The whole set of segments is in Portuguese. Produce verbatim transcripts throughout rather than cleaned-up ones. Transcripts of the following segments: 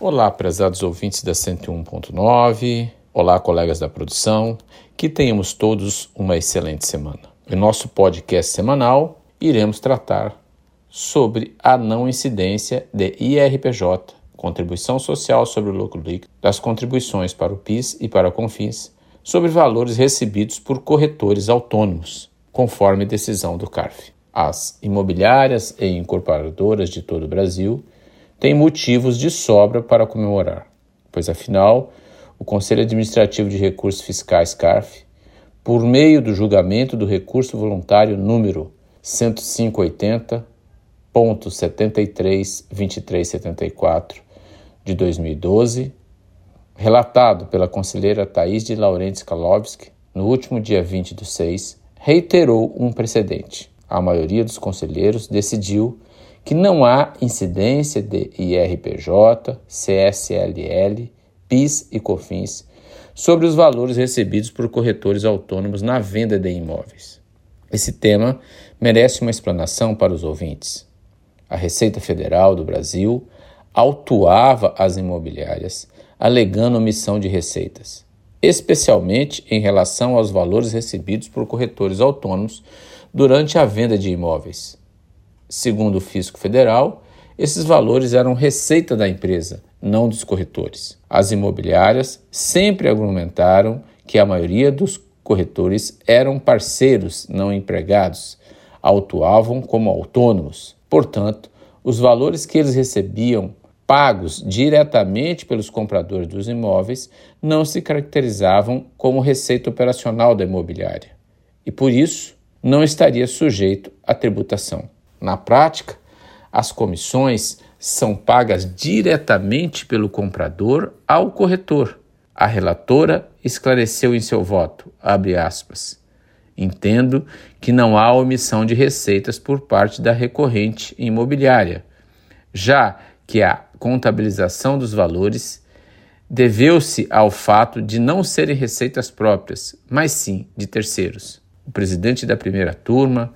Olá, prezados ouvintes da cento e um ponto nove. Olá, colegas da produção. Que tenhamos todos uma excelente semana. Em nosso podcast semanal, iremos tratar sobre a não incidência de I R P J, Contribuição Social sobre o Lucro Líquido, das contribuições para o PIS e para a CONFINS, sobre valores recebidos por corretores autônomos, conforme decisão do CARF. As imobiliárias e incorporadoras de todo o Brasil têm motivos de sobra para comemorar, pois afinal, o Conselho Administrativo de Recursos Fiscais CARF, por meio do julgamento do recurso voluntário número cento e cinco oitenta ponto setenta e três vinte e três setenta e quatro de dois mil e doze, relatado pela conselheira Thaís de Laurentiis Kalovski, no último dia vinte do seis, reiterou um precedente. A maioria dos conselheiros decidiu que não há incidência de I R P J, C S L L, PIS e COFINS sobre os valores recebidos por corretores autônomos na venda de imóveis. Esse tema merece uma explanação para os ouvintes. A Receita Federal do Brasil autuava as imobiliárias alegando omissão de receitas, especialmente em relação aos valores recebidos por corretores autônomos durante a venda de imóveis. Segundo o Fisco Federal, esses valores eram receita da empresa, não dos corretores. As imobiliárias sempre argumentaram que a maioria dos corretores eram parceiros, não empregados, autuavam como autônomos. Portanto, os valores que eles recebiam pagos diretamente pelos compradores dos imóveis não se caracterizavam como receita operacional da imobiliária e, por isso, não estaria sujeito à tributação. Na prática, as comissões são pagas diretamente pelo comprador ao corretor. A relatora esclareceu em seu voto, abre aspas, entendo que não há omissão de receitas por parte da recorrente imobiliária, já que a contabilização dos valores deveu-se ao fato de não serem receitas próprias, mas sim de terceiros. O presidente da primeira turma,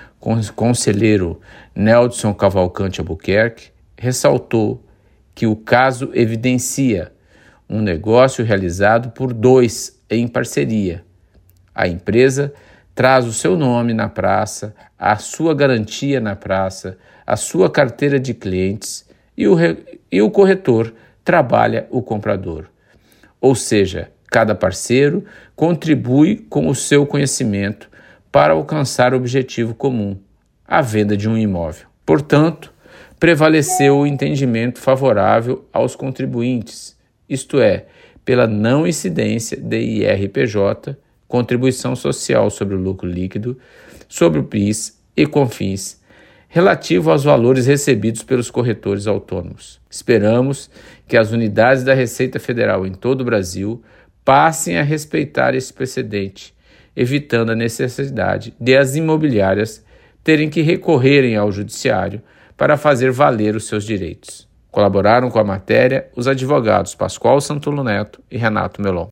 conselheiro Neldson Cavalcante Albuquerque, ressaltou que o caso evidencia um negócio realizado por dois em parceria. A empresa traz o seu nome na praça, a sua garantia na praça, a sua carteira de clientes e o, re... e o corretor trabalha o comprador. Ou seja, cada parceiro contribui com o seu conhecimento para alcançar o objetivo comum, a venda de um imóvel. Portanto, prevaleceu o entendimento favorável aos contribuintes, isto é, pela não incidência de I R P J, Contribuição Social sobre o Lucro Líquido, sobre o PIS e CONFINS, relativo aos valores recebidos pelos corretores autônomos. Esperamos que as unidades da Receita Federal em todo o Brasil passem a respeitar esse precedente, evitando a necessidade de as imobiliárias terem que recorrerem ao judiciário para fazer valer os seus direitos. Colaboraram com a matéria os advogados Pascoal Santolo Neto e Renato Melon.